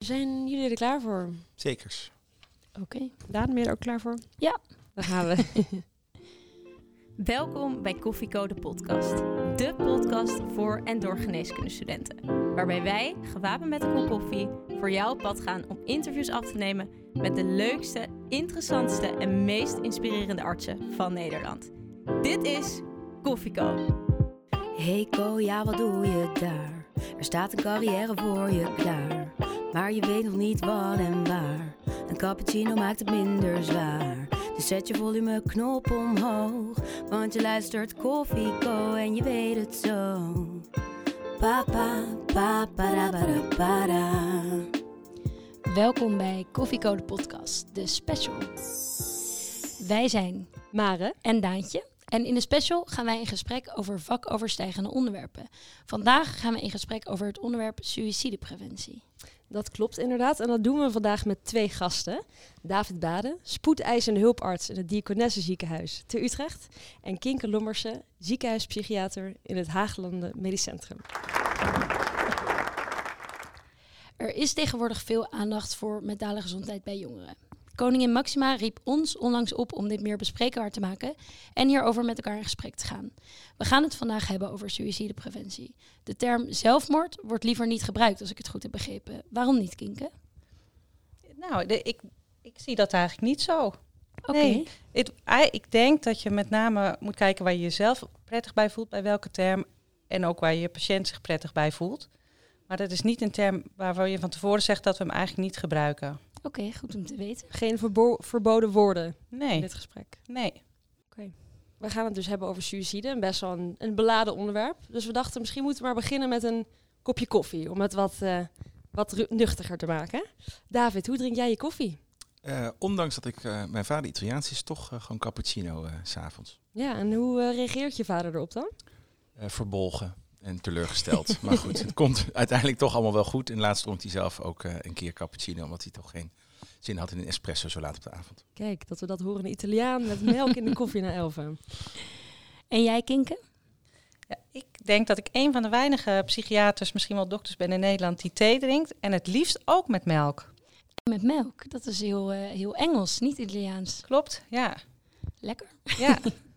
Zijn jullie er klaar voor? Zekers. Oké. Daan, ben je er ook klaar voor? Ja. Dan gaan we. Welkom bij Koffieko de podcast. De podcast voor en door geneeskundestudenten. Waarbij wij, gewapend met een kop koffie, voor jou op pad gaan om interviews af te nemen met de leukste, interessantste en meest inspirerende artsen van Nederland. Dit is Koffieko. Hey Ko, ja wat doe je daar? Er staat een carrière voor je klaar. Maar je weet nog niet wat en waar. Een cappuccino maakt het minder zwaar. Dus zet je volumeknop omhoog. Want je luistert Koffieko en je weet het zo. Papa, papa, da, ba, da, ba, da. Welkom bij Koffieko de podcast, de special. Wij zijn Mare. en Daantje. En in de special gaan wij in gesprek over vakoverstijgende onderwerpen. Vandaag gaan we in gesprek over het onderwerp suïcidepreventie. Dat klopt inderdaad. En dat doen we vandaag met 2 gasten. David Bade, spoedeisende hulparts in het Diakonesse ziekenhuis te Utrecht. En Kinke Lommerse, ziekenhuispsychiater in het Haaglanden Medisch Centrum. Er is tegenwoordig veel aandacht voor mentale gezondheid bij jongeren. Koningin Máxima riep ons onlangs op om dit meer bespreekbaar te maken en hierover met elkaar in gesprek te gaan. We gaan het vandaag hebben over suïcidepreventie. De term zelfmoord wordt liever niet gebruikt, als ik het goed heb begrepen. Waarom niet, Kinke? Nou, ik zie dat eigenlijk niet zo. Oké. Nee, ik denk dat je met name moet kijken waar je jezelf prettig bij voelt, bij welke term. En ook waar je patiënt zich prettig bij voelt. Maar dat is niet een term waarvan je van tevoren zegt dat we hem eigenlijk niet gebruiken. Oké, goed om te weten. Geen verboden woorden in Nee, dit gesprek. nee. We gaan het dus hebben over suïcide. Best wel een beladen onderwerp. Dus we dachten, misschien moeten we maar beginnen met een kopje koffie. Om het wat nuchtiger te maken. David, hoe drink jij je koffie? Ondanks dat mijn vader Italiaans is, toch gewoon cappuccino 's avonds. Ja, en hoe reageert je vader erop dan? Verbolgen en teleurgesteld. Maar goed, het komt uiteindelijk toch allemaal wel goed. En laatst dronk hij zelf ook een keer cappuccino, omdat hij toch geen zin had in een espresso zo laat op de avond. Kijk, dat we dat horen. Een Italiaan met melk in de koffie na 11. En jij, Kinke? Ja, ik denk dat ik een van de weinige psychiaters, misschien wel dokters ben in Nederland, die thee drinkt. En het liefst ook met melk. Met melk. Dat is heel Engels, niet Italiaans. Klopt, ja. Lekker. Ja.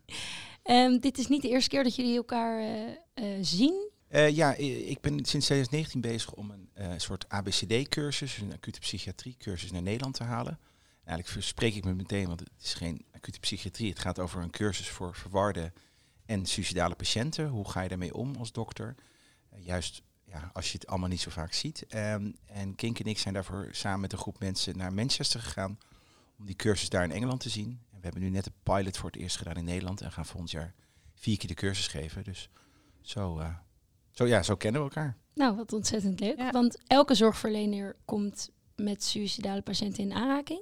Dit is niet de eerste keer dat jullie elkaar zien. Ik ben sinds 2019 bezig om een soort ABCD-cursus, een acute psychiatrie-cursus naar Nederland te halen. Eigenlijk verspreek ik me meteen, want het is geen acute psychiatrie. Het gaat over een cursus voor verwarde en suïcidale patiënten. Hoe ga je daarmee om als dokter? Juist als je het allemaal niet zo vaak ziet. En Kink en ik zijn daarvoor samen met een groep mensen naar Manchester gegaan om die cursus daar in Engeland te zien. En we hebben nu net een pilot voor het eerst gedaan in Nederland en gaan volgend jaar 4 keer de cursus geven. Dus zo kennen we elkaar. Nou, wat ontzettend leuk. Ja. Want elke zorgverlener komt met suïcidale patiënten in aanraking.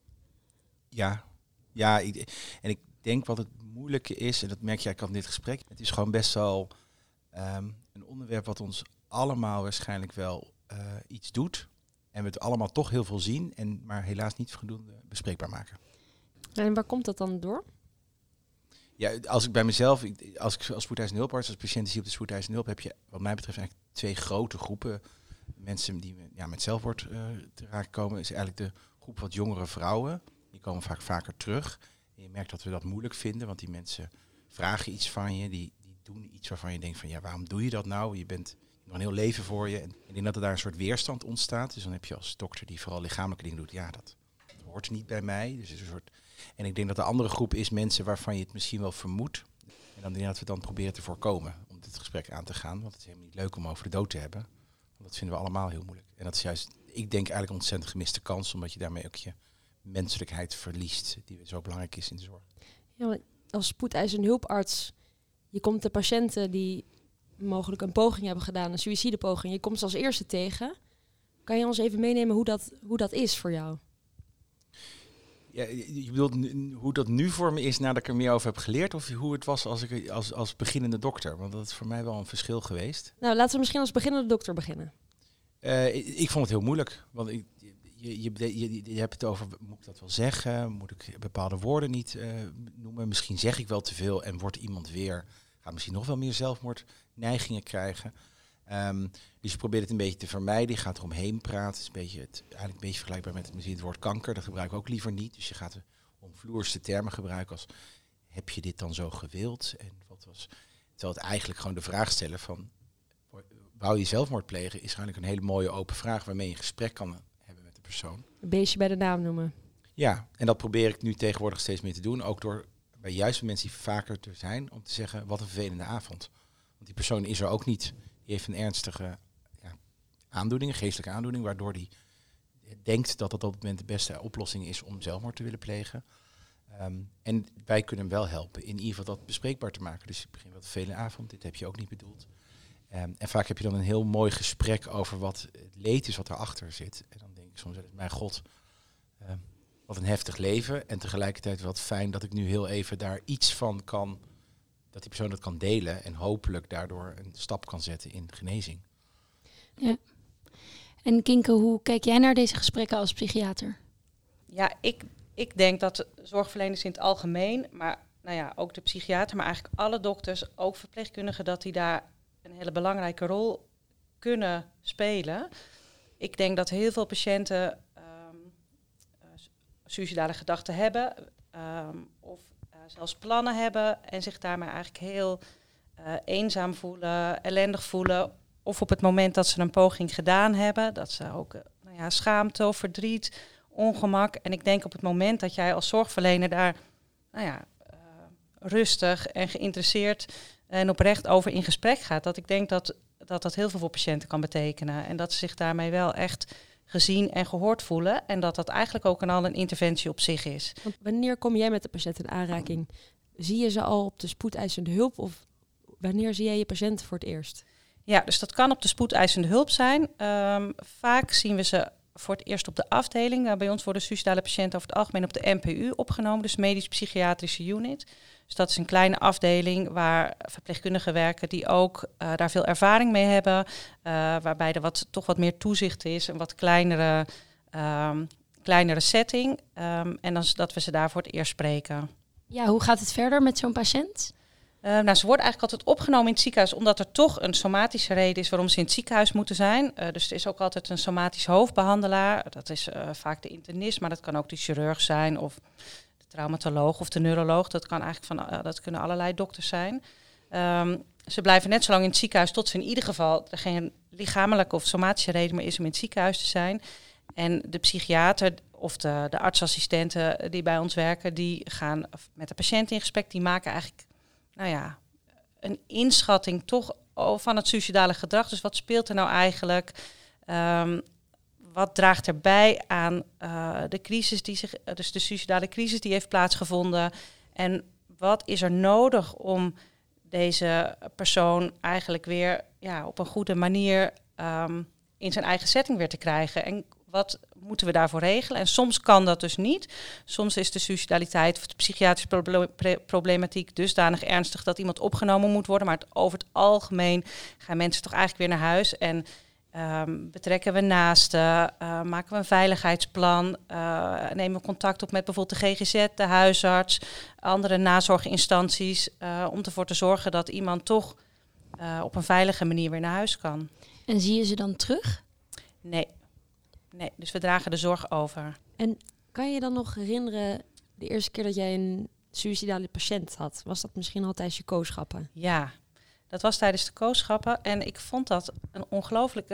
Ja, ik denk wat het moeilijke is, en dat merk je eigenlijk al in dit gesprek, het is gewoon best wel een onderwerp wat ons allemaal waarschijnlijk wel iets doet. En we het allemaal toch heel veel zien, maar helaas niet voldoende bespreekbaar maken. En waar komt dat dan door? Ja, als ik bij mezelf, als ik als spoedeisende hulparts, als patiënten zie op de spoedeisende hulp, heb je wat mij betreft eigenlijk 2 grote groepen. Mensen die met zelfmoord te raken komen, is eigenlijk de groep wat jongere vrouwen. Die komen vaker terug. En je merkt dat we dat moeilijk vinden, want die mensen vragen iets van je. Die doen iets waarvan je denkt van, ja, waarom doe je dat nou? Je hebt nog een heel leven voor je. En ik denk dat er daar een soort weerstand ontstaat. Dus dan heb je als dokter die vooral lichamelijke dingen doet, ja, dat hoort niet bij mij. Dus het is een soort. En ik denk dat de andere groep is mensen waarvan je het misschien wel vermoedt. En dan denk ik dat we dan proberen te voorkomen om dit gesprek aan te gaan. Want het is helemaal niet leuk om over de dood te hebben. Want dat vinden we allemaal heel moeilijk. En dat is juist, ik denk eigenlijk een ontzettend gemiste kans, omdat je daarmee ook je menselijkheid verliest, die zo belangrijk is in de zorg. Ja, maar als spoedeisende hulparts, je komt de patiënten die mogelijk een poging hebben gedaan, een suïcidepoging, je komt ze als eerste tegen. Kan je ons even meenemen hoe dat is voor jou? Ja, je bedoelt hoe dat nu voor me is nadat ik er meer over heb geleerd, of hoe het was als beginnende dokter? Want dat is voor mij wel een verschil geweest. Nou, laten we misschien als beginnende dokter beginnen. Ik vond het heel moeilijk, want je hebt het over, moet ik dat wel zeggen? Moet ik bepaalde woorden niet noemen? Misschien zeg ik wel te veel en wordt iemand gaat misschien nog wel meer zelfmoordneigingen krijgen. Dus je probeert het een beetje te vermijden. Je gaat eromheen praten. Het is eigenlijk een beetje vergelijkbaar met misschien het woord kanker. Dat gebruik ik ook liever niet. Dus je gaat de omvloerste termen gebruiken als... heb je dit dan zo gewild? En wat was... Terwijl het eigenlijk gewoon de vraag stellen van... wou je zelfmoord plegen? Is eigenlijk een hele mooie open vraag... waarmee je een gesprek kan hebben met de persoon. Een beestje bij de naam noemen. Ja, en dat probeer ik nu tegenwoordig steeds meer te doen. Ook door bij juist mensen die vaker er zijn... om te zeggen, wat een vervelende avond. Want die persoon is er ook niet. Die heeft een ernstige aandoening, een geestelijke aandoening... waardoor die denkt dat dat op het moment de beste oplossing is... om zelfmoord te willen plegen. En wij kunnen hem wel helpen in ieder geval dat bespreekbaar te maken. Dus ik begin wat een vervelende avond, dit heb je ook niet bedoeld. En vaak heb je dan een heel mooi gesprek over wat het leed is wat erachter zit. En dan denk ik soms, mijn god, wat een heftig leven. En tegelijkertijd wat fijn dat ik nu heel even daar iets van kan... dat die persoon dat kan delen en hopelijk daardoor een stap kan zetten in genezing. Ja. En Kinke, hoe kijk jij naar deze gesprekken als psychiater? Ja, ik denk dat zorgverleners in het algemeen, maar ook de psychiater, maar eigenlijk alle dokters, ook verpleegkundigen, dat die daar een hele belangrijke rol kunnen spelen. Ik denk dat heel veel patiënten suïcidale gedachten hebben of zelfs plannen hebben en zich daarmee eigenlijk heel eenzaam voelen, ellendig voelen. Of op het moment dat ze een poging gedaan hebben, dat ze ook schaamte of verdriet, ongemak. En ik denk op het moment dat jij als zorgverlener daar rustig en geïnteresseerd en oprecht over in gesprek gaat, dat ik denk dat heel veel voor patiënten kan betekenen. En dat ze zich daarmee wel echt gezien en gehoord voelen. En dat dat eigenlijk ook al een interventie op zich is. Want wanneer kom jij met de patiënt in aanraking? Zie je ze al op de spoedeisende hulp of wanneer zie jij je patiënt voor het eerst? Ja, dus dat kan op de spoedeisende hulp zijn. Vaak zien we ze voor het eerst op de afdeling. Bij ons worden suïcidale patiënten over het algemeen op de MPU opgenomen, dus medisch-psychiatrische unit. Dus dat is een kleine afdeling waar verpleegkundigen werken die ook daar veel ervaring mee hebben. Waarbij er toch wat meer toezicht is, een wat kleinere setting. En dan dat we ze daar voor het eerst spreken. Ja, hoe gaat het verder met zo'n patiënt? Ze worden eigenlijk altijd opgenomen in het ziekenhuis omdat er toch een somatische reden is waarom ze in het ziekenhuis moeten zijn. Dus er is ook altijd een somatisch hoofdbehandelaar. Dat is vaak de internist, maar dat kan ook de chirurg zijn of de traumatoloog of de neuroloog. Dat kan eigenlijk dat kunnen allerlei dokters zijn. Ze blijven net zo lang in het ziekenhuis tot ze in ieder geval er geen lichamelijke of somatische reden meer is om in het ziekenhuis te zijn. En de psychiater of de artsassistenten die bij ons werken, die gaan met de patiënt in gesprek. Die maken eigenlijk een inschatting toch van het suïcidale gedrag. Dus wat speelt er nou eigenlijk? Wat draagt erbij aan de crisis dus de suïcidale crisis die heeft plaatsgevonden? En wat is er nodig om deze persoon eigenlijk weer op een goede manier in zijn eigen setting weer te krijgen? En wat moeten we daarvoor regelen? En soms kan dat dus niet. Soms is de suicidaliteit of de psychiatrische problematiek dusdanig ernstig dat iemand opgenomen moet worden. Maar over het algemeen gaan mensen toch eigenlijk weer naar huis en betrekken we naasten, maken we een veiligheidsplan, nemen we contact op met bijvoorbeeld de GGZ, de huisarts, andere nazorginstanties, om ervoor te zorgen dat iemand toch op een veilige manier weer naar huis kan. En zie je ze dan terug? Nee, dus we dragen de zorg over. En kan je dan nog herinneren de eerste keer dat jij een suïcidale patiënt had? Was dat misschien al tijdens je kooschappen? Ja, dat was tijdens de kooschappen. En ik vond dat een ongelooflijk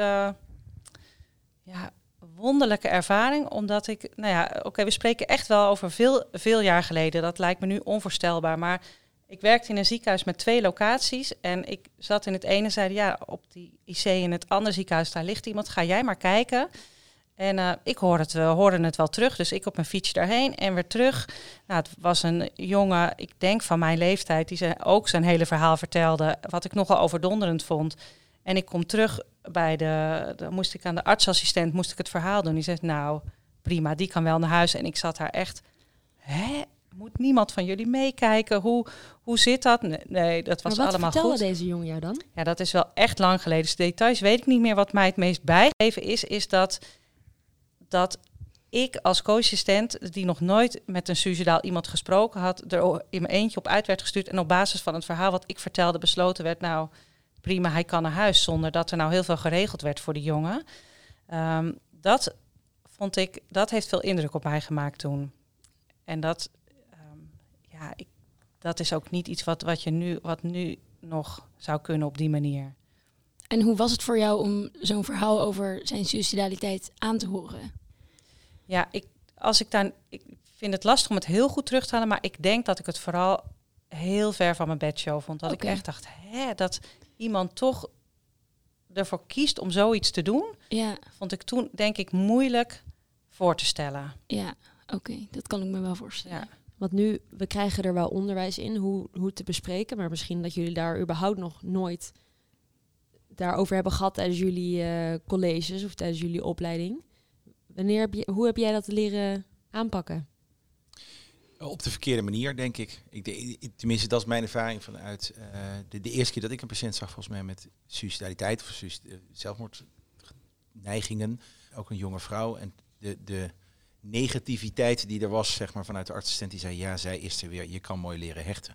wonderlijke ervaring. Omdat ik, we spreken echt wel over veel jaar geleden. Dat lijkt me nu onvoorstelbaar. Maar ik werkte in een ziekenhuis met 2 locaties. En ik zat in het ene en zeiden, op die IC in het andere ziekenhuis, daar ligt iemand. Ga jij maar kijken. En ik hoorde het wel terug, dus ik op mijn fiets daarheen en weer terug. Het was een jongen, ik denk van mijn leeftijd, die ook zijn hele verhaal vertelde, wat ik nogal overdonderend vond. En ik kom terug dan moest ik aan de artsassistent het verhaal doen. Die zegt, prima, die kan wel naar huis. En ik zat daar echt, moet niemand van jullie meekijken? Hoe zit dat? Nee, dat was allemaal goed. Maar wat vertelde deze jongen jou dan? Ja, dat is wel echt lang geleden. Dus de details weet ik niet meer. Wat mij het meest bijgegeven is dat ik als co-assistent, die nog nooit met een suicidaal iemand gesproken had, er in mijn eentje op uit werd gestuurd. En op basis van het verhaal wat ik vertelde besloten werd, prima, hij kan naar huis, zonder dat er nou heel veel geregeld werd voor die jongen. Dat vond ik, dat heeft veel indruk op mij gemaakt toen. En dat, dat is ook niet iets wat nu nog zou kunnen op die manier. En hoe was het voor jou om zo'n verhaal over zijn suicidaliteit aan te horen? Ja, ik vind het lastig om het heel goed terug te halen, maar ik denk dat ik het vooral heel ver van mijn bedshow vond. Dat ik echt dacht, dat iemand toch ervoor kiest om zoiets te doen, vond ik toen, denk ik, moeilijk voor te stellen. Ja, oké, dat kan ik me wel voorstellen. Ja. Want nu, we krijgen er wel onderwijs in hoe het te bespreken, maar misschien dat jullie daar überhaupt nog nooit daarover hebben gehad tijdens jullie colleges of tijdens jullie opleiding. Hoe heb jij dat leren aanpakken? Op de verkeerde manier, denk ik. Tenminste, dat is mijn ervaring vanuit de eerste keer dat ik een patiënt zag, volgens mij met suicidaliteit of zelfmoordneigingen. Ook een jonge vrouw. En de negativiteit die er was, zeg maar, vanuit de artsassistent, die zei, ja, zij is er weer, je kan mooi leren hechten.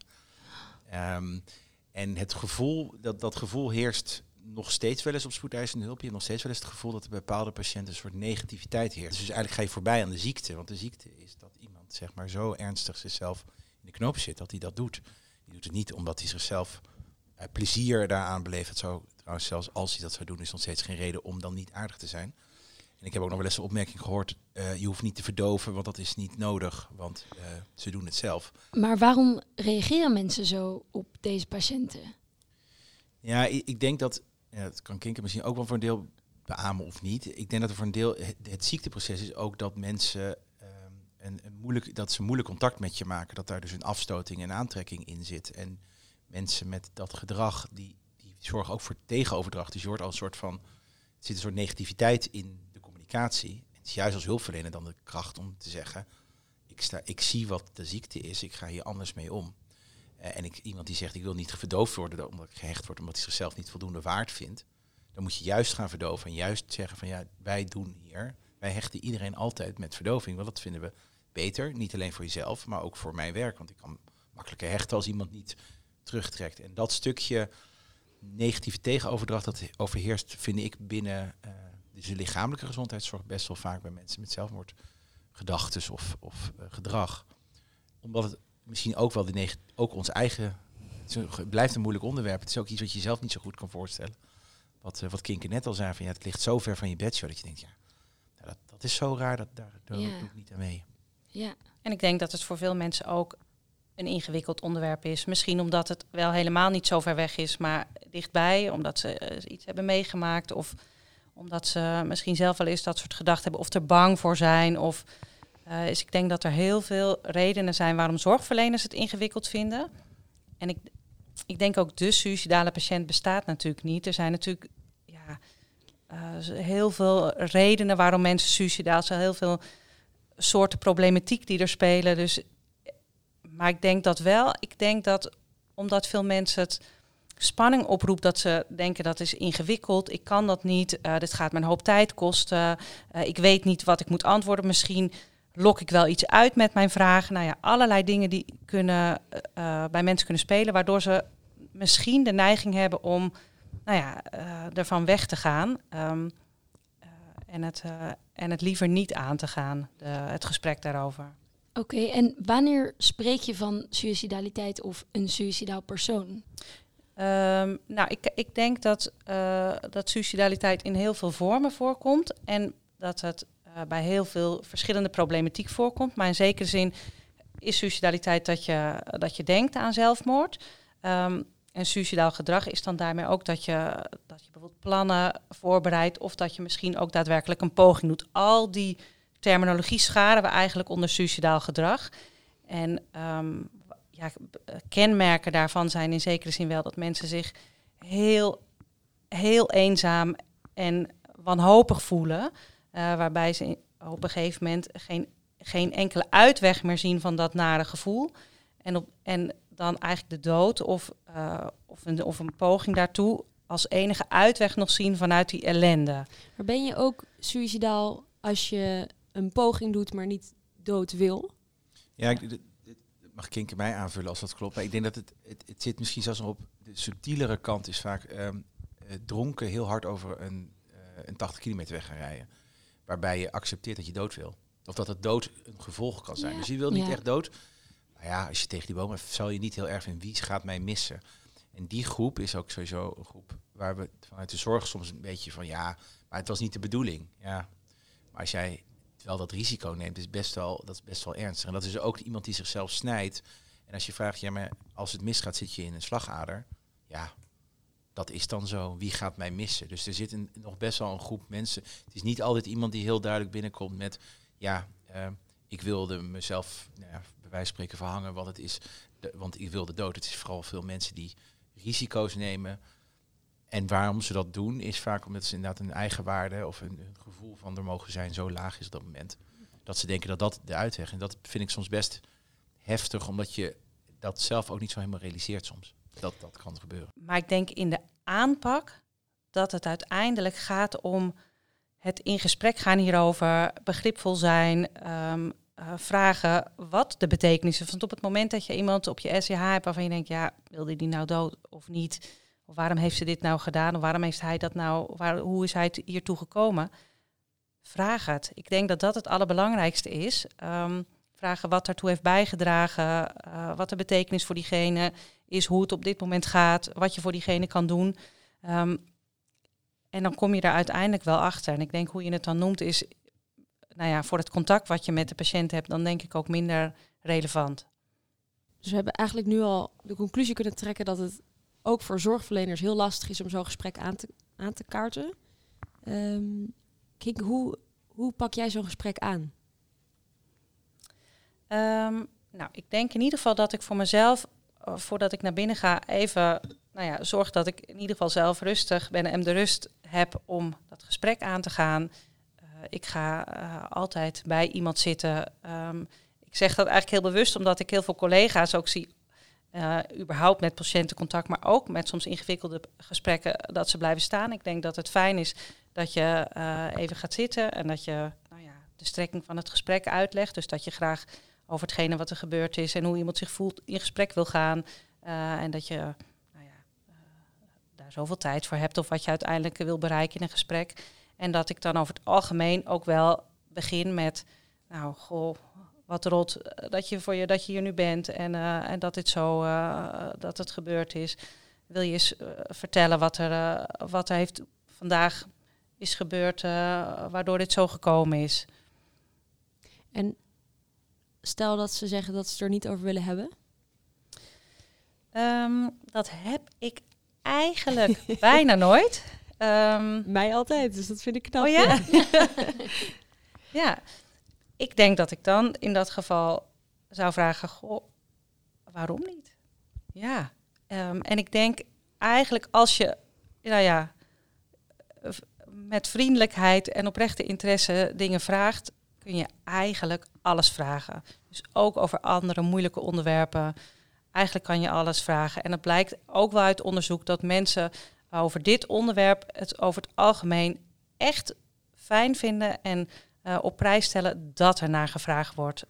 En het gevoel, dat gevoel heerst nog steeds wel eens op spoedeisende hulp. Je hebt nog steeds wel eens het gevoel dat er bij bepaalde patiënten een soort negativiteit heerst. Dus eigenlijk ga je voorbij aan de ziekte. Want de ziekte is dat iemand, zeg maar, zo ernstig zichzelf in de knoop zit dat hij dat doet. Die doet het niet omdat hij zichzelf plezier daaraan beleeft. Het zou trouwens, zelfs als hij dat zou doen, is nog steeds geen reden om dan niet aardig te zijn. En ik heb ook nog wel eens de opmerking gehoord, je hoeft niet te verdoven, want dat is niet nodig, want ze doen het zelf. Maar waarom reageren mensen zo op deze patiënten? Ja, ik denk dat, dat kan Kinker misschien ook wel voor een deel beamen of niet. Ik denk dat er voor een deel het ziekteproces is ook dat mensen dat ze moeilijk contact met je maken. Dat daar dus een afstoting en aantrekking in zit. En mensen met dat gedrag, die zorgen ook voor tegenoverdracht. Dus je hoort al een soort van, er zit een soort negativiteit in de communicatie. Het is juist als hulpverlener dan de kracht om te zeggen, ik zie wat de ziekte is, ik ga hier anders mee om. Iemand die zegt, ik wil niet verdoofd worden omdat ik gehecht word, omdat hij zichzelf niet voldoende waard vindt. Dan moet je juist gaan verdoven en juist zeggen van ja, wij hechten iedereen altijd met verdoving. Want dat vinden we beter, niet alleen voor jezelf, maar ook voor mijn werk. Want ik kan makkelijker hechten als iemand niet terugtrekt. En dat stukje negatieve tegenoverdracht, dat overheerst, vind ik, binnen de lichamelijke gezondheidszorg best wel vaak bij mensen met zelfmoordgedachten of gedrag. Omdat het misschien ook wel ook ons eigen, het blijft een moeilijk onderwerp. Het is ook iets wat je zelf niet zo goed kan voorstellen. Wat Kinker net al zei, van ja, het ligt zo ver van je bedshow dat je denkt, ja, dat is zo raar, daar doe ik niet aan mee. Ja. En ik denk dat het voor veel mensen ook een ingewikkeld onderwerp is. Misschien omdat het wel helemaal niet zo ver weg is, maar dichtbij, omdat ze iets hebben meegemaakt of omdat ze misschien zelf wel eens dat soort gedachten hebben of er bang voor zijn. Dus ik denk dat er heel veel redenen zijn waarom zorgverleners het ingewikkeld vinden. En ik denk ook de suïcidale patiënt bestaat natuurlijk niet. Er zijn natuurlijk heel veel redenen waarom mensen suïcidaal zijn. Heel veel soorten problematiek die er spelen. Maar ik denk dat omdat veel mensen het spanning oproept, dat ze denken dat is ingewikkeld. Ik kan dat niet. Dit gaat me een hoop tijd kosten. Ik weet niet wat ik moet antwoorden. Misschien lok ik wel iets uit met mijn vragen. Nou ja, allerlei dingen die bij mensen kunnen spelen, waardoor ze misschien de neiging hebben om ervan weg te gaan. En het liever niet aan te gaan, het gesprek daarover. Oké, en wanneer spreek je van suïcidaliteit of een suïcidaal persoon? Ik denk dat suïcidaliteit in heel veel vormen voorkomt en dat het bij heel veel verschillende problematiek voorkomt. Maar in zekere zin is suïcidaliteit dat je denkt aan zelfmoord. En suïcidaal gedrag is dan daarmee ook dat je bijvoorbeeld plannen voorbereidt of dat je misschien ook daadwerkelijk een poging doet. Al die terminologie scharen we eigenlijk onder suïcidaal gedrag. En kenmerken daarvan zijn in zekere zin wel dat mensen zich heel, heel eenzaam en wanhopig voelen. Waarbij ze op een gegeven moment geen enkele uitweg meer zien van dat nare gevoel. En dan eigenlijk de dood of een poging daartoe als enige uitweg nog zien vanuit die ellende. Maar ben je ook suïcidaal als je een poging doet, maar niet dood wil? Ja, mag Kinke mij aanvullen als dat klopt. Maar ik denk dat het zit misschien zelfs nog op de subtielere kant. Is vaak dronken heel hard over een 80 kilometer weg gaan rijden. Waarbij je accepteert dat je dood wil. Of dat het dood een gevolg kan zijn. Ja. Dus je wil niet echt dood. Nou ja, als je tegen die boom hebt, zal je niet heel erg vinden wie gaat mij missen. En die groep is ook sowieso een groep waar we vanuit de zorg soms een beetje van ja, maar het was niet de bedoeling. Ja, maar als jij wel dat risico neemt, dat is best wel ernstig. En dat is ook iemand die zichzelf snijdt. En als je vraagt, ja, maar als het misgaat, zit je in een slagader. Ja, dat is dan zo. Wie gaat mij missen? Dus er zit nog best wel een groep mensen. Het is niet altijd iemand die heel duidelijk binnenkomt met ja, ik wilde mezelf bij wijze van spreken verhangen, want het is want ik wilde dood. Het is vooral veel mensen die risico's nemen. En waarom ze dat doen, is vaak omdat ze inderdaad een eigenwaarde of een gevoel van er mogen zijn zo laag is op dat moment. Dat ze denken dat dat de uitweg. En dat vind ik soms best heftig, omdat je dat zelf ook niet zo helemaal realiseert soms. Dat kan gebeuren. Maar ik denk in de aanpak dat het uiteindelijk gaat om het in gesprek gaan hierover, begripvol zijn, vragen wat de betekenis is. Want op het moment dat je iemand op je SCH hebt waarvan je denkt, ja, wilde die nou dood of niet? Of waarom heeft ze dit nou gedaan? Of waarom heeft hij dat nou? Hoe is hij hiertoe gekomen? Vraag het. Ik denk dat dat het allerbelangrijkste is. Vragen wat daartoe heeft bijgedragen, wat de betekenis voor diegene is, hoe het op dit moment gaat, wat je voor diegene kan doen. En dan kom je daar uiteindelijk wel achter. En ik denk hoe je het dan noemt is, nou ja, voor het contact wat je met de patiënt hebt, dan denk ik ook minder relevant. Dus we hebben eigenlijk nu al de conclusie kunnen trekken dat het ook voor zorgverleners heel lastig is om zo'n gesprek aan te kaarten. Kink, hoe pak jij zo'n gesprek aan? Nou, ik denk in ieder geval dat ik voor mezelf, voordat ik naar binnen ga, even zorg dat ik in ieder geval zelf rustig ben en de rust heb om dat gesprek aan te gaan. Ik ga altijd bij iemand zitten. Ik zeg dat eigenlijk heel bewust, omdat ik heel veel collega's ook zie, überhaupt met patiëntencontact, maar ook met soms ingewikkelde gesprekken, dat ze blijven staan. Ik denk dat het fijn is dat je even gaat zitten en dat je de strekking van het gesprek uitlegt. Dus dat je graag over hetgene wat er gebeurd is en hoe iemand zich voelt in gesprek wil gaan. En dat je daar zoveel tijd voor hebt of wat je uiteindelijk wil bereiken in een gesprek. En dat ik dan over het algemeen ook wel begin met, wat rot dat je hier nu bent en dat dit zo, dat het gebeurd is. Wil je eens vertellen wat er heeft vandaag is gebeurd, waardoor dit zo gekomen is? En stel dat ze zeggen dat ze het er niet over willen hebben. Dat heb ik eigenlijk bijna nooit. Mij altijd, dus dat vind ik knap. Oh ja? Ja, ik denk dat ik dan in dat geval zou vragen, goh, waarom niet? Ja, en ik denk eigenlijk als je, met vriendelijkheid en oprechte interesse dingen vraagt, kun je eigenlijk alles vragen. Dus ook over andere moeilijke onderwerpen. Eigenlijk kan je alles vragen. En het blijkt ook wel uit onderzoek dat mensen over dit onderwerp het over het algemeen echt fijn vinden en op prijs stellen dat er naar gevraagd wordt.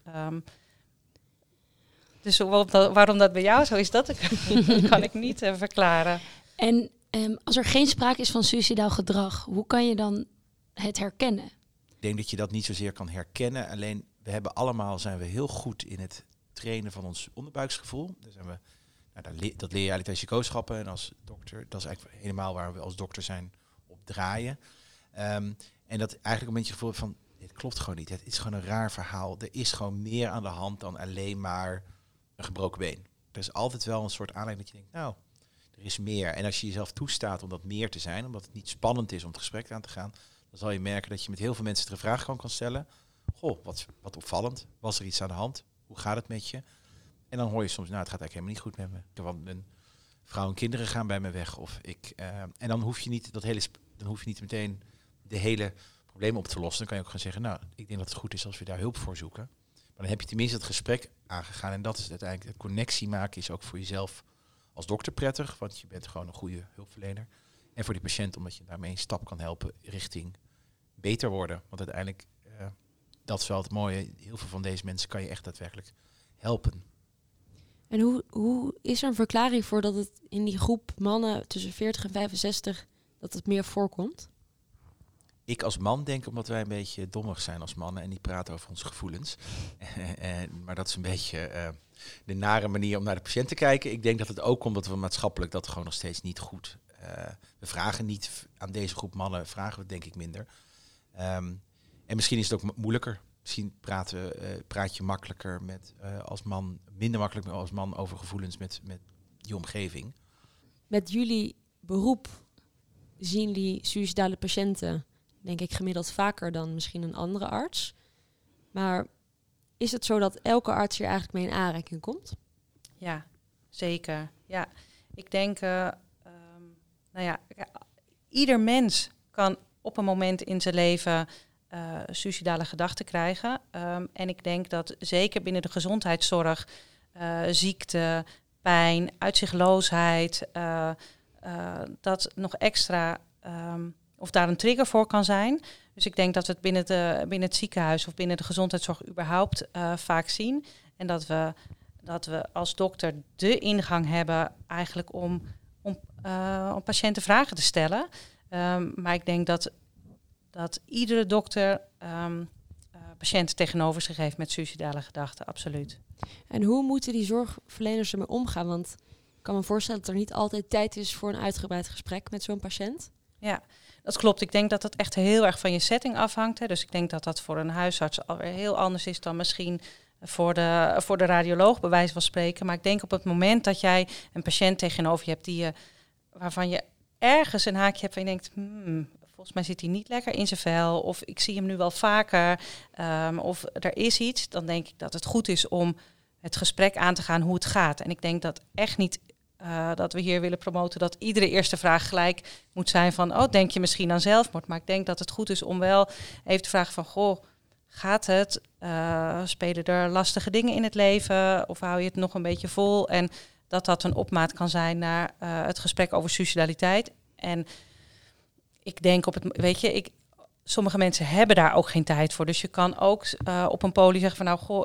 Dus waarom dat bij jou zo is, dat kan ik niet verklaren. En als er geen sprake is van suicidaal gedrag, hoe kan je dan het herkennen? Ik denk dat je dat niet zozeer kan herkennen. Alleen zijn we heel goed in het trainen van ons onderbuiksgevoel. Daar zijn we, dat leer je eigenlijk tijdens je coachschappen en als dokter. Dat is eigenlijk helemaal waar we als dokter zijn op draaien. En dat eigenlijk een beetje het gevoel van, dit klopt gewoon niet. Het is gewoon een raar verhaal. Er is gewoon meer aan de hand dan alleen maar een gebroken been. Er is altijd wel een soort aanleiding dat je denkt, er is meer. En als je jezelf toestaat om dat meer te zijn, omdat het niet spannend is om het gesprek aan te gaan, dan zal je merken dat je met heel veel mensen de vraag kan stellen. Goh, wat opvallend. Was er iets aan de hand? Hoe gaat het met je? En dan hoor je soms, het gaat eigenlijk helemaal niet goed met me. Want mijn vrouw en kinderen gaan bij me weg. En dan hoef je niet meteen de hele probleem op te lossen. Dan kan je ook gaan zeggen, ik denk dat het goed is als we daar hulp voor zoeken. Maar dan heb je tenminste het gesprek aangegaan. En dat is uiteindelijk, de connectie maken is ook voor jezelf als dokter prettig. Want je bent gewoon een goede hulpverlener. En voor die patiënt, omdat je daarmee een stap kan helpen richting beter worden. Want uiteindelijk, dat is wel het mooie. Heel veel van deze mensen kan je echt daadwerkelijk helpen. En hoe is er een verklaring voor dat het in die groep mannen tussen 40 en 65 dat het meer voorkomt? Ik als man denk omdat wij een beetje dommig zijn als mannen en niet praten over onze gevoelens. Maar dat is een beetje de nare manier om naar de patiënt te kijken. Ik denk dat het ook komt omdat we maatschappelijk dat gewoon nog steeds niet goed. We vragen niet aan deze groep mannen, vragen we denk ik minder. En misschien is het ook moeilijker. Misschien praat je makkelijker als man, minder makkelijk als man over gevoelens met je omgeving. Met jullie beroep zien die suïcidale patiënten, denk ik, gemiddeld vaker dan misschien een andere arts. Maar is het zo dat elke arts hier eigenlijk mee in aanraking komt? Ja, zeker. Ja, ik denk, ieder mens kan op een moment in zijn leven suïcidale gedachten krijgen. En ik denk dat zeker binnen de gezondheidszorg, ziekte, pijn, uitzichtloosheid, dat nog extra, of daar een trigger voor kan zijn. Dus ik denk dat we het binnen het ziekenhuis of binnen de gezondheidszorg überhaupt vaak zien. En dat we als dokter de ingang hebben eigenlijk om patiënten vragen te stellen. Maar ik denk dat iedere dokter patiënten tegenover zich heeft met suïcidale gedachten, absoluut. En hoe moeten die zorgverleners ermee omgaan? Want ik kan me voorstellen dat er niet altijd tijd is voor een uitgebreid gesprek met zo'n patiënt. Ja, dat klopt. Ik denk dat dat echt heel erg van je setting afhangt. Hè. Dus ik denk dat dat voor een huisarts alweer heel anders is dan misschien voor de radioloog, bij wijze van spreken. Maar ik denk op het moment dat jij een patiënt tegenover je hebt waarvan je ergens een haakje hebt en je denkt, volgens mij zit hij niet lekker in zijn vel, of ik zie hem nu wel vaker, of er is iets, dan denk ik dat het goed is om het gesprek aan te gaan hoe het gaat. En ik denk dat echt niet dat we hier willen promoten dat iedere eerste vraag gelijk moet zijn van, denk je misschien aan zelfmoord? Maar ik denk dat het goed is om wel even te vragen van, gaat het? Spelen er lastige dingen in het leven? Of hou je het nog een beetje vol? En dat een opmaat kan zijn naar het gesprek over suicidaliteit. En ik denk sommige mensen hebben daar ook geen tijd voor. Dus je kan ook op een poli zeggen van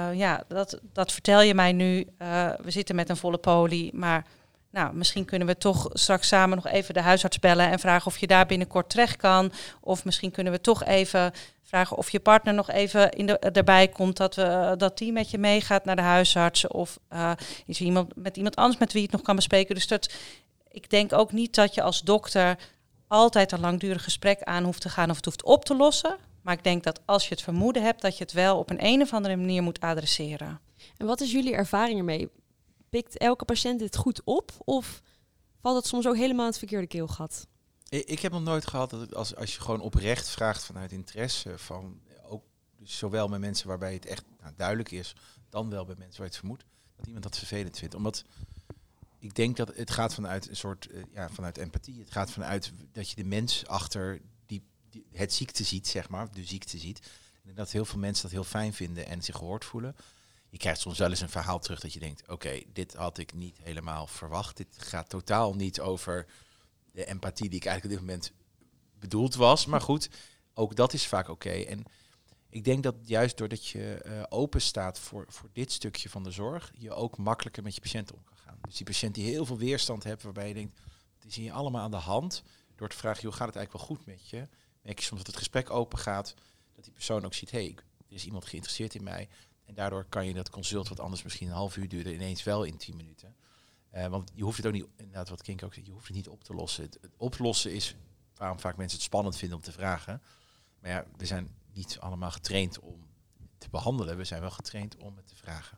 dat vertel je mij nu. We zitten met een volle poli, maar misschien kunnen we toch straks samen nog even de huisarts bellen en vragen of je daar binnenkort terecht kan. Of misschien kunnen we toch even vragen of je partner nog even erbij komt, dat die met je meegaat naar de huisarts. Of is er iemand anders met wie je het nog kan bespreken. Dus ik denk ook niet dat je als dokter altijd een langdurig gesprek aan hoeft te gaan of het hoeft op te lossen. Maar ik denk dat als je het vermoeden hebt, dat je het wel op een of andere manier moet adresseren. En wat is jullie ervaring ermee? Pikt elke patiënt dit goed op of valt het soms ook helemaal in het verkeerde keelgat? Ik heb nog nooit gehad dat als je gewoon oprecht vraagt vanuit interesse, van ook dus zowel met mensen waarbij het echt duidelijk is, dan wel bij mensen waar je het vermoedt, dat iemand dat vervelend vindt. Omdat ik denk dat het gaat vanuit een soort vanuit empathie. Het gaat vanuit dat je de mens achter die het ziekte ziet, zeg maar, de ziekte ziet. En dat heel veel mensen dat heel fijn vinden en zich gehoord voelen. Je krijgt soms wel eens een verhaal terug dat je denkt, oké, dit had ik niet helemaal verwacht. Dit gaat totaal niet over de empathie die ik eigenlijk op dit moment bedoeld was. Maar goed, ook dat is vaak oké. En ik denk dat juist doordat je open staat voor dit stukje van de zorg, je ook makkelijker met je patiënten om kan gaan. Dus die patiënt die heel veel weerstand heeft, waarbij je denkt, die zie je allemaal aan de hand. Door te vragen, joh, gaat het eigenlijk wel goed met je? Merk je soms dat het gesprek open gaat, dat die persoon ook ziet, er is iemand geïnteresseerd in mij. En daardoor kan je dat consult, wat anders misschien een half uur duurde, ineens wel in 10 minuten. Want je hoeft het ook niet, inderdaad wat Kink ook zegt, je hoeft het niet op te lossen. Het oplossen is waarom vaak mensen het spannend vinden om te vragen. Maar ja, we zijn niet allemaal getraind om te behandelen. We zijn wel getraind om het te vragen.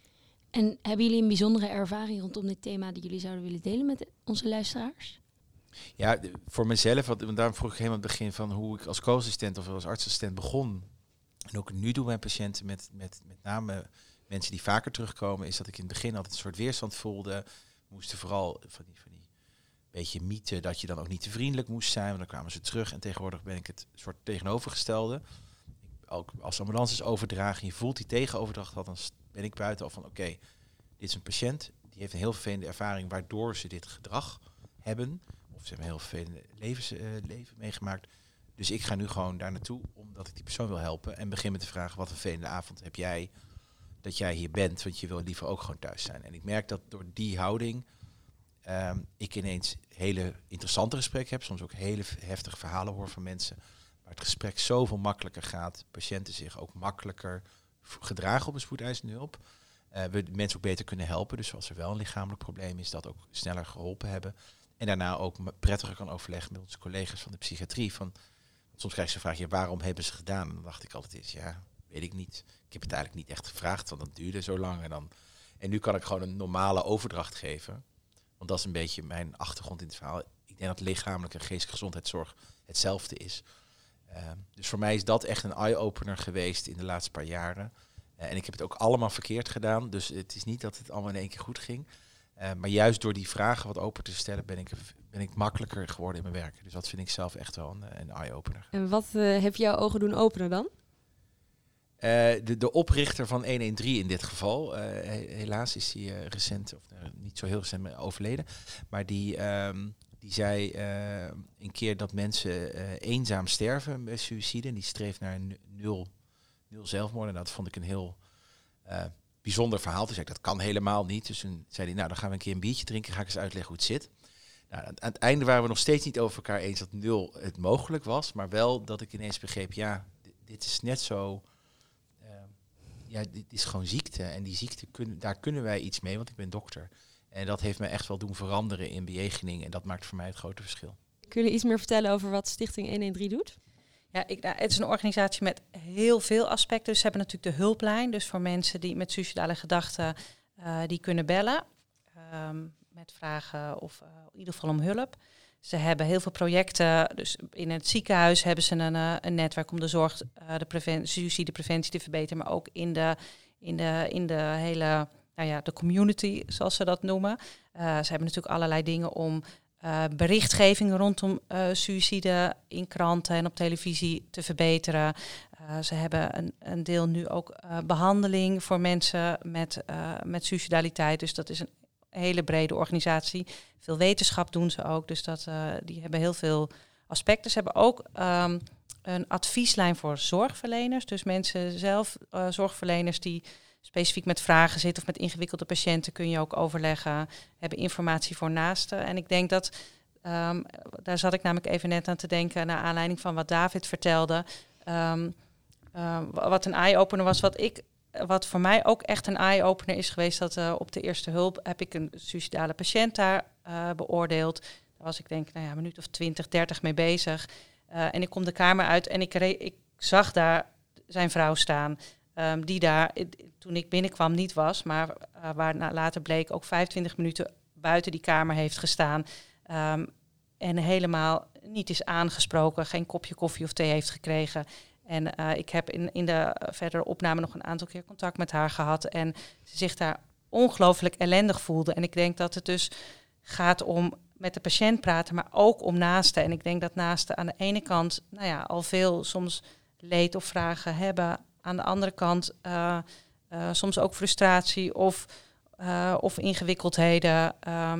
En hebben jullie een bijzondere ervaring rondom dit thema die jullie zouden willen delen met onze luisteraars? Ja, voor mezelf, want daarom vroeg ik helemaal aan het begin van hoe ik als co-assistent of als artsassistent begon. En ook nu doen mijn patiënten met name mensen die vaker terugkomen, is dat ik in het begin altijd een soort weerstand voelde. Moesten vooral van die beetje mythe dat je dan ook niet te vriendelijk moest zijn, want dan kwamen ze terug. En tegenwoordig ben ik het soort tegenovergestelde. Ook als ambulances overdragen, je voelt die tegenoverdracht, dan ben ik buiten al van oké, dit is een patiënt, die heeft een heel vervelende ervaring waardoor ze dit gedrag hebben. Of ze hebben een heel vervelende leven meegemaakt. Dus ik ga nu gewoon daar naartoe, omdat ik die persoon wil helpen. En begin met de vraag, wat een vervelende avond heb jij? dat jij hier bent, want je wil liever ook gewoon thuis zijn. En ik merk dat door die houding ik ineens hele interessante gesprekken heb, soms ook hele heftige verhalen hoor van mensen, waar het gesprek zoveel makkelijker gaat, patiënten zich ook makkelijker gedragen op een spoedeisende hulp. We mensen ook beter kunnen helpen, dus als er wel een lichamelijk probleem is, dat ook sneller geholpen hebben. En daarna ook prettiger kan overleggen met onze collega's van de psychiatrie. Soms krijg je de vraag, waarom hebben ze gedaan? En dan dacht ik altijd eens, weet ik niet. Ik heb het eigenlijk niet echt gevraagd, want dat duurde zo lang. En nu kan ik gewoon een normale overdracht geven. Want dat is een beetje mijn achtergrond in het verhaal. Ik denk dat lichamelijke en geestelijke gezondheidszorg hetzelfde is. Dus voor mij is dat echt een eye-opener geweest in de laatste paar jaren. En ik heb het ook allemaal verkeerd gedaan. Dus het is niet dat het allemaal in één keer goed ging. Maar juist door die vragen wat open te stellen ben ik makkelijker geworden in mijn werk. Dus dat vind ik zelf echt wel een eye-opener. En wat heb jouw ogen doen openen dan? De oprichter van 113 in dit geval, helaas is hij recent, of niet zo heel recent overleden. Maar die zei een keer dat mensen eenzaam sterven bij suïcide. En die streeft naar nul zelfmoord. En dat vond ik een heel bijzonder verhaal. Toen zei ik, dat kan helemaal niet. Dus toen zei hij, dan gaan we een keer een biertje drinken. Ga ik eens uitleggen hoe het zit. Nou, aan het einde waren we nog steeds niet over elkaar eens dat 0 het mogelijk was. Maar wel dat ik ineens begreep, dit is net zo... dit is gewoon ziekte. En die ziekte, daar kunnen wij iets mee, want ik ben dokter. En dat heeft me echt wel doen veranderen in bejegening. En dat maakt voor mij het grote verschil. Kun je iets meer vertellen over wat Stichting 113 doet? Ja, het is een organisatie met heel veel aspecten. Dus ze hebben natuurlijk de hulplijn. Dus voor mensen die met suïcidale gedachten die kunnen bellen. Met vragen of in ieder geval om hulp. Ze hebben heel veel projecten. Dus in het ziekenhuis hebben ze een netwerk om de zorg, de suïcidepreventie te verbeteren. Maar ook in de hele, de community, zoals ze dat noemen. Ze hebben natuurlijk allerlei dingen om berichtgeving rondom suïcide in kranten en op televisie te verbeteren. Ze hebben een deel nu ook behandeling voor mensen met suicidaliteit. Dus dat is een hele brede organisatie. Veel wetenschap doen ze ook. Dus die hebben heel veel aspecten. Ze hebben ook een advieslijn voor zorgverleners. Dus mensen zelf, zorgverleners die specifiek met vragen zitten of met ingewikkelde patiënten kun je ook overleggen. Hebben informatie voor naasten. En ik denk dat, daar zat ik namelijk even net aan te denken, naar aanleiding van wat David vertelde. Wat een eye-opener was, wat voor mij ook echt een eye-opener is geweest, dat op de eerste hulp heb ik een suïcidale patiënt daar beoordeeld. Daar was ik denk een minuut of 20, 30 mee bezig. En ik kom de kamer uit en ik zag daar zijn vrouw staan. Die daar, toen ik binnenkwam, niet was, maar waar later bleek ook 25 minuten buiten die kamer heeft gestaan. En helemaal niet is aangesproken, geen kopje koffie of thee heeft gekregen. En ik heb in de verdere opname nog een aantal keer contact met haar gehad. En ze zich daar ongelooflijk ellendig voelde. En ik denk dat het dus gaat om met de patiënt praten, maar ook om naasten. En ik denk dat naasten aan de ene kant al veel soms leed of vragen hebben. Aan de andere kant soms ook frustratie of ingewikkeldheden.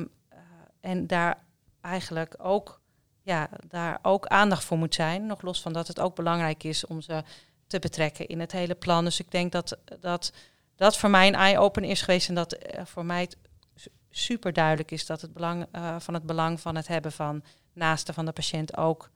En daar eigenlijk ook, daar ook aandacht voor moet zijn. Nog los van dat het ook belangrijk is om ze te betrekken in het hele plan. Dus ik denk dat voor mij een eye-opener is geweest. En dat voor mij het super duidelijk is dat het belang van het hebben van naasten van de patiënt ook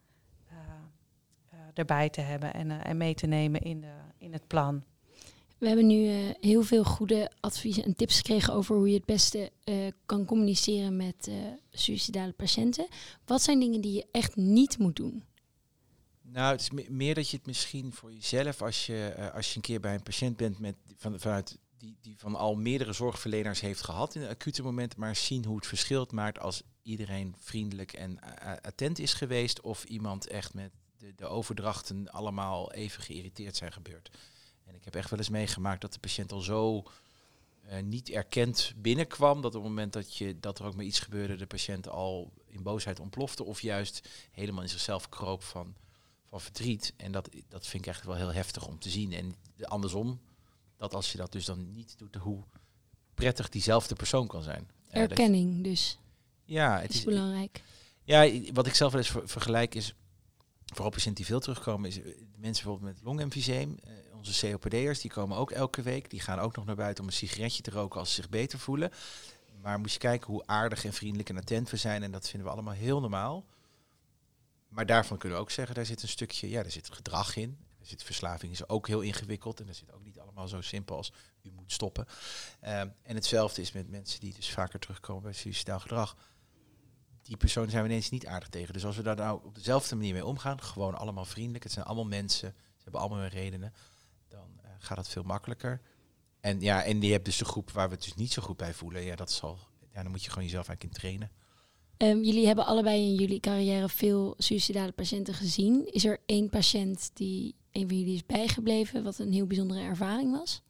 erbij te hebben en mee te nemen in het plan. We hebben nu heel veel goede adviezen en tips gekregen over hoe je het beste kan communiceren met suïcidale patiënten. Wat zijn dingen die je echt niet moet doen? Nou, het is meer dat je het misschien voor jezelf, als je een keer bij een patiënt bent vanuit die van al meerdere zorgverleners heeft gehad in een acute moment, maar zien hoe het verschilt maakt als iedereen vriendelijk en attent is geweest of iemand echt met de overdrachten allemaal even geïrriteerd zijn gebeurd. En ik heb echt wel eens meegemaakt dat de patiënt al zo niet erkend binnenkwam, dat op het moment dat er ook maar iets gebeurde, de patiënt al in boosheid ontplofte of juist helemaal in zichzelf kroop van verdriet. En dat vind ik echt wel heel heftig om te zien. En andersom, dat als je dat dus dan niet doet, hoe prettig diezelfde persoon kan zijn. Erkenning dus. Ja, het is belangrijk. Ja, wat ik zelf wel eens vergelijk is, vooral patiënten die veel terugkomen, is mensen bijvoorbeeld met longemfyseem. onze COPD'ers, die komen ook elke week. Die gaan ook nog naar buiten om een sigaretje te roken als ze zich beter voelen. Maar moet je kijken hoe aardig en vriendelijk en attent we zijn. En dat vinden we allemaal heel normaal. Maar daarvan kunnen we ook zeggen, daar zit een stukje, daar zit gedrag in. Er zit verslaving, is ook heel ingewikkeld. En dat zit ook niet allemaal zo simpel als u moet stoppen. En hetzelfde is met mensen die dus vaker terugkomen bij suicidaal gedrag. Die personen zijn we ineens niet aardig tegen. Dus als we daar nou op dezelfde manier mee omgaan, gewoon allemaal vriendelijk. Het zijn allemaal mensen, ze hebben allemaal hun redenen. Dan gaat het veel makkelijker. En je hebt dus de groep waar we het dus niet zo goed bij voelen. Ja, dan moet je gewoon jezelf eigenlijk in trainen. Jullie hebben allebei in jullie carrière veel suïcidale patiënten gezien. Is er één patiënt die een van jullie is bijgebleven, wat een heel bijzondere ervaring was?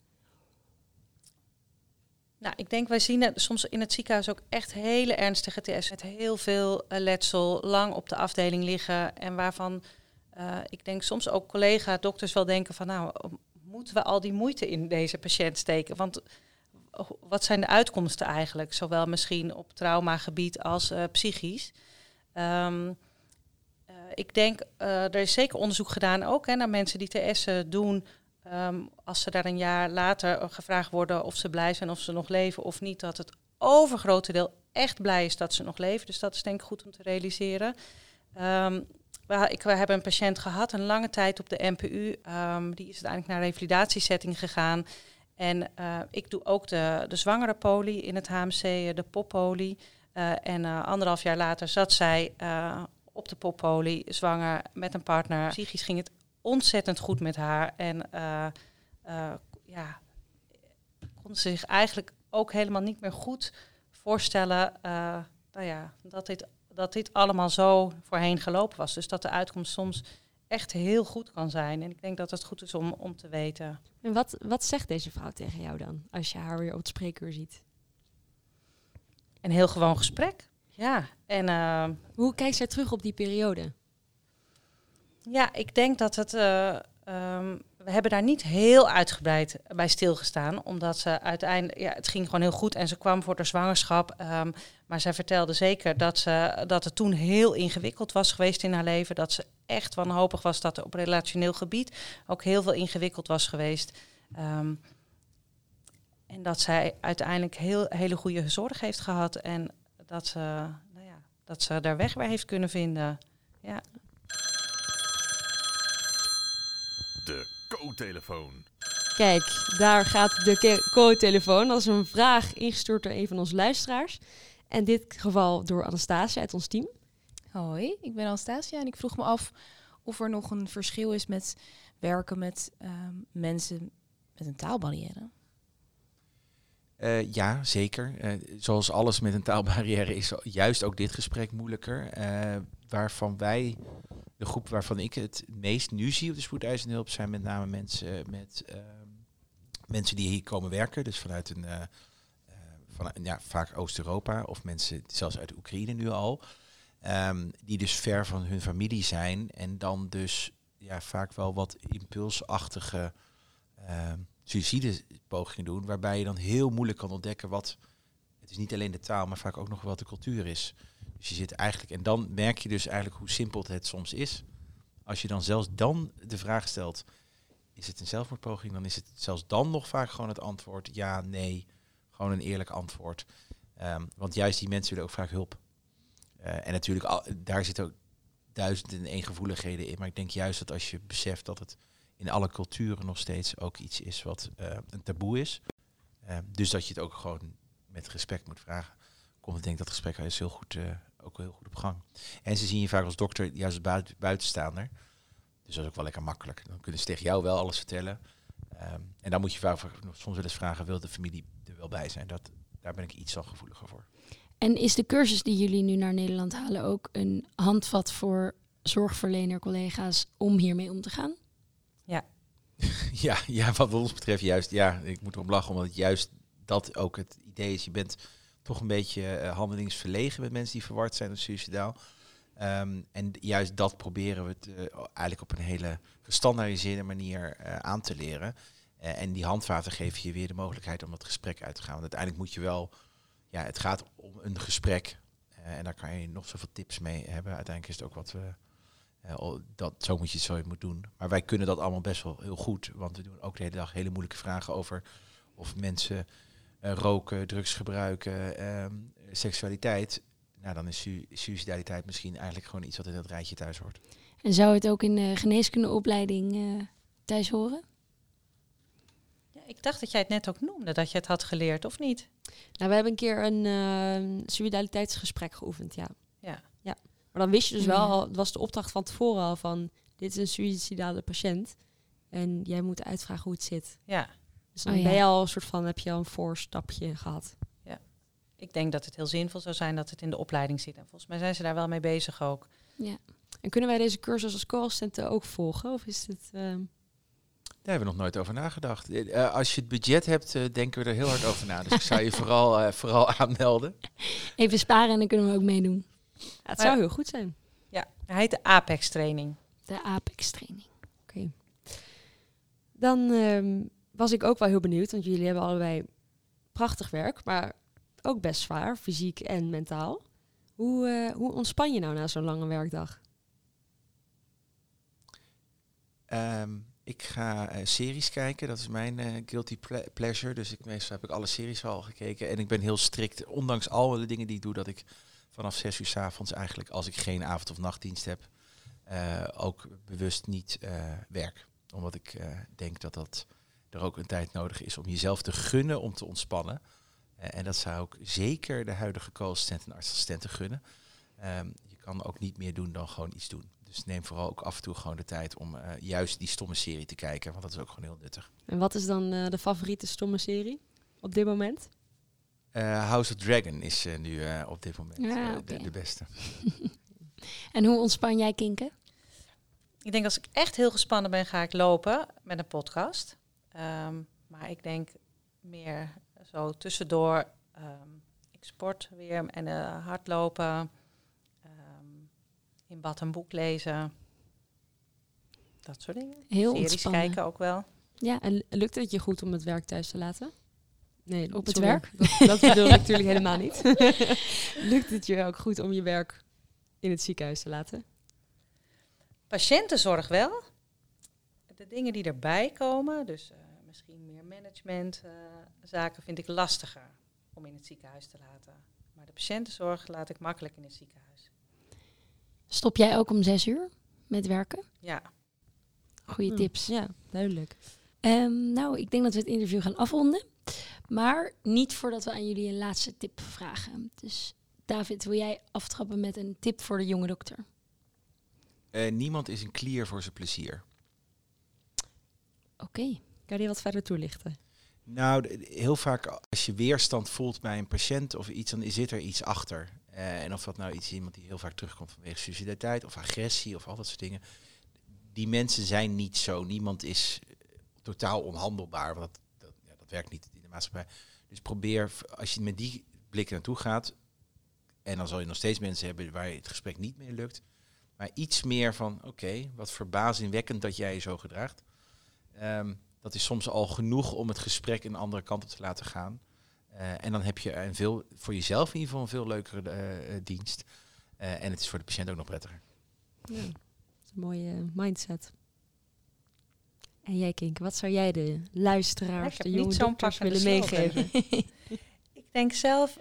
Nou, ik denk, wij zien soms in het ziekenhuis ook echt hele ernstige TS. Met heel veel letsel, lang op de afdeling liggen. En waarvan ik denk soms ook collega-dokters wel denken van, nou, moeten we al die moeite in deze patiënt steken? Want wat zijn de uitkomsten eigenlijk? Zowel misschien op traumagebied als psychisch. Ik denk, er is zeker onderzoek gedaan ook naar mensen die TS'en doen. Als ze daar een jaar later gevraagd worden of ze blij zijn of ze nog leven of niet. Dat het overgrote deel echt blij is dat ze nog leven. Dus dat is denk ik goed om te realiseren. We hebben een patiënt gehad, een lange tijd op de NPU. Die is uiteindelijk naar een revalidatiesetting gegaan. En ik doe ook de zwangere poli in het HMC, de poppoli. En 1,5 jaar later zat zij op de poppoli, zwanger met een partner. Psychisch ging het ontzettend goed met haar. En kon ze zich eigenlijk ook helemaal niet meer goed voorstellen dat dit allemaal zo voorheen gelopen was. Dus dat de uitkomst soms echt heel goed kan zijn. En ik denk dat het goed is om te weten. En wat zegt deze vrouw tegen jou dan, als je haar weer op het spreekuur ziet? Een heel gewoon gesprek. Ja. En hoe kijkt zij terug op die periode? Ja, ik denk dat het... we hebben daar niet heel uitgebreid bij stilgestaan. Omdat ze uiteindelijk... Ja, het ging gewoon heel goed en ze kwam voor de zwangerschap. Maar zij vertelde zeker dat het toen heel ingewikkeld was geweest in haar leven. Dat ze echt wanhopig was dat er op relationeel gebied ook heel veel ingewikkeld was geweest. En dat zij uiteindelijk hele goede zorg heeft gehad. En dat ze daar weg weer heeft kunnen vinden. Ja. De co-telefoon. Kijk, daar gaat de co-telefoon. Dat is een vraag ingestuurd door een van onze luisteraars. En in dit geval door Anastasia uit ons team. Hoi, ik ben Anastasia en ik vroeg me af of er nog een verschil is met werken met mensen met een taalbarrière. Ja, zeker. Zoals alles met een taalbarrière is juist ook dit gesprek moeilijker. De groep waarvan ik het meest nu zie op de spoedeisende hulp zijn met name mensen die hier komen werken. Dus vanuit vaak Oost-Europa of mensen zelfs uit Oekraïne nu al. Die dus ver van hun familie zijn en dan dus vaak wel wat impulsachtige suïcidepogingen doen, waarbij je dan heel moeilijk kan ontdekken het is niet alleen de taal, maar vaak ook nog wat de cultuur is. Dus je zit eigenlijk, en dan merk je dus eigenlijk hoe simpel het soms is. Als je dan zelfs dan de vraag stelt, is het een zelfmoordpoging? Dan is het zelfs dan nog vaak gewoon het antwoord, ja, nee, gewoon een eerlijk antwoord. Want juist die mensen willen ook vaak hulp. En natuurlijk, daar zitten ook 1001 gevoeligheden in. Maar ik denk juist dat als je beseft dat het in alle culturen nog steeds ook iets is wat een taboe is. Dus dat je het ook gewoon met respect moet vragen. Komt ik denk dat het gesprek is ook heel goed op gang. En ze zien je vaak als dokter juist als buitenstaander. Dus dat is ook wel lekker makkelijk. Dan kunnen ze tegen jou wel alles vertellen. En dan moet je vaak soms wel eens vragen, wil de familie er wel bij zijn? Daar ben ik iets al gevoeliger voor. En is de cursus die jullie nu naar Nederland halen ook een handvat voor zorgverlener-collega's om hiermee om te gaan? Ja. Ja, wat ons betreft juist. Ja, ik moet erom lachen, omdat juist dat ook het idee is. Je bent toch een beetje handelingsverlegen met mensen die verward zijn of suicidaal. En juist dat proberen we eigenlijk op een hele gestandaardiseerde manier aan te leren. En die handvaten geven je weer de mogelijkheid om dat gesprek uit te gaan. Want uiteindelijk moet je wel... Ja, het gaat om een gesprek. En daar kan je nog zoveel tips mee hebben. Uiteindelijk is het ook wat we Zo moet je het zo moet doen. Maar wij kunnen dat allemaal best wel heel goed. Want we doen ook de hele dag hele moeilijke vragen over of mensen roken, drugs gebruiken, seksualiteit. Nou, dan is suicidaliteit misschien eigenlijk gewoon iets wat in dat rijtje thuis hoort. En zou het ook in de geneeskundeopleiding thuis horen? Ja, ik dacht dat jij het net ook noemde, dat je het had geleerd, of niet? Nou, we hebben een keer een suicidaliteitsgesprek geoefend, ja. Ja. Maar dan wist je dus wel, al, het was de opdracht van tevoren al van, dit is een suicidale patiënt. En jij moet uitvragen hoe het zit. Ja. Dus dan ben je al een soort van, heb je al een voorstapje gehad. Ja. Ik denk dat het heel zinvol zou zijn dat het in de opleiding zit. En volgens mij zijn ze daar wel mee bezig ook. Ja. En kunnen wij deze cursus als co-assistenten ook volgen? Of is dit... Daar hebben we nog nooit over nagedacht. Als je het budget hebt, denken we er heel hard over na. Dus ik zou je vooral aanmelden. Even sparen en dan kunnen we ook meedoen. Ja, het zou heel goed zijn. Ja, hij heet de Apex training. De Apex training. Oké. Dan was ik ook wel heel benieuwd, want jullie hebben allebei prachtig werk, maar ook best zwaar, fysiek en mentaal. Hoe ontspan je nou na zo'n lange werkdag? Ik ga series kijken, dat is mijn guilty pleasure. Dus meestal heb ik alle series al gekeken. En ik ben heel strikt, ondanks al de dingen die ik doe, dat ik vanaf 6 uur 's avonds eigenlijk, als ik geen avond- of nachtdienst heb, ook bewust niet werk. Omdat ik denk dat er ook een tijd nodig is om jezelf te gunnen om te ontspannen. En dat zou ik zeker de huidige co-assistent en artsassistenten gunnen. Je kan ook niet meer doen dan gewoon iets doen. Dus neem vooral ook af en toe gewoon de tijd om juist die stomme serie te kijken. Want dat is ook gewoon heel nuttig. En wat is dan de favoriete stomme serie op dit moment? House of Dragon is nu op dit moment de beste. En hoe ontspan jij, Kinke? Ik denk als ik echt heel gespannen ben, ga ik lopen met een podcast. Maar ik denk meer zo tussendoor. Ik sport weer en hardlopen. In bad een boek lezen. Dat soort dingen. Heel Series ontspannen. kijken ook wel. Ja, En lukt het je goed om het werk thuis te laten? Nee, Op het sorry. werk? Dat bedoel ik natuurlijk helemaal niet. Lukt het je ook goed om je werk in het ziekenhuis te laten? Patiëntenzorg wel. De dingen die erbij komen, dus misschien meer management zaken, vind ik lastiger om in het ziekenhuis te laten. Maar de patiëntenzorg laat ik makkelijk in het ziekenhuis. Stop jij ook om 6 uur met werken? Ja. Goeie tips. Ja, duidelijk. Nou, ik denk dat we het interview gaan afronden. Maar niet voordat we aan jullie een laatste tip vragen. Dus David, wil jij aftrappen met een tip voor de jonge dokter? Niemand is een klier voor zijn plezier. Oké. Kan je die wat verder toelichten? Nou, heel vaak als je weerstand voelt bij een patiënt of iets, dan zit er iets achter. En of dat nou iets is, iemand die heel vaak terugkomt vanwege suicidaliteit of agressie of al dat soort dingen. Die mensen zijn niet zo. Niemand is totaal onhandelbaar. Want dat werkt niet in de maatschappij. Dus probeer, als je met die blik naartoe gaat, en dan zal je nog steeds mensen hebben waar je het gesprek niet mee lukt, maar iets meer van, oké, wat verbazingwekkend dat jij je zo gedraagt. Dat is soms al genoeg om het gesprek een andere kant op te laten gaan. En dan heb je voor jezelf in ieder geval een veel leukere dienst. En het is voor de patiënt ook nog prettiger. Ja, dat is een mooie mindset. En jij, Kinke, wat zou jij de luisteraars, de jonge dokters willen meegeven? Ik denk zelf,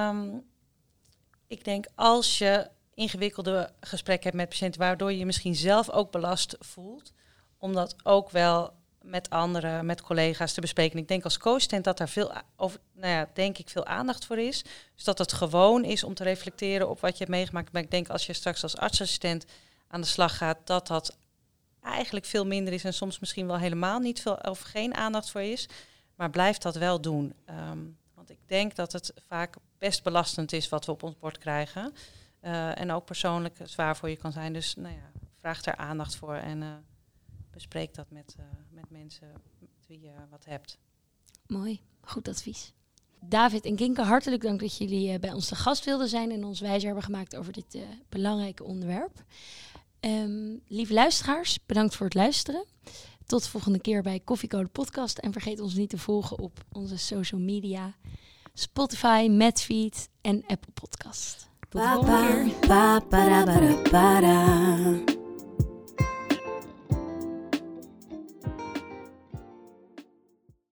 als je ingewikkelde gesprekken hebt met patiënten, waardoor je je misschien zelf ook belast voelt, om dat ook wel met anderen, met collega's te bespreken. Ik denk als co-assistent dat daar veel aandacht voor is. Dus dat het gewoon is om te reflecteren op wat je hebt meegemaakt. Maar ik denk als je straks als artsassistent aan de slag gaat, dat eigenlijk veel minder is en soms misschien wel helemaal niet veel of geen aandacht voor is. Maar blijf dat wel doen. Want ik denk dat het vaak best belastend is wat we op ons bord krijgen. En ook persoonlijk zwaar voor je kan zijn. Dus vraag daar aandacht voor en bespreek dat met mensen met wie je wat hebt. Mooi, goed advies. David en Kinke, hartelijk dank dat jullie bij ons te gast wilden zijn en ons wijzer hebben gemaakt over dit belangrijke onderwerp. Lieve luisteraars, bedankt voor het luisteren. Tot de volgende keer bij Koffiecode Podcast. En vergeet ons niet te volgen op onze social media, Spotify, Madfeed en Apple Podcast. Tot de volgende keer.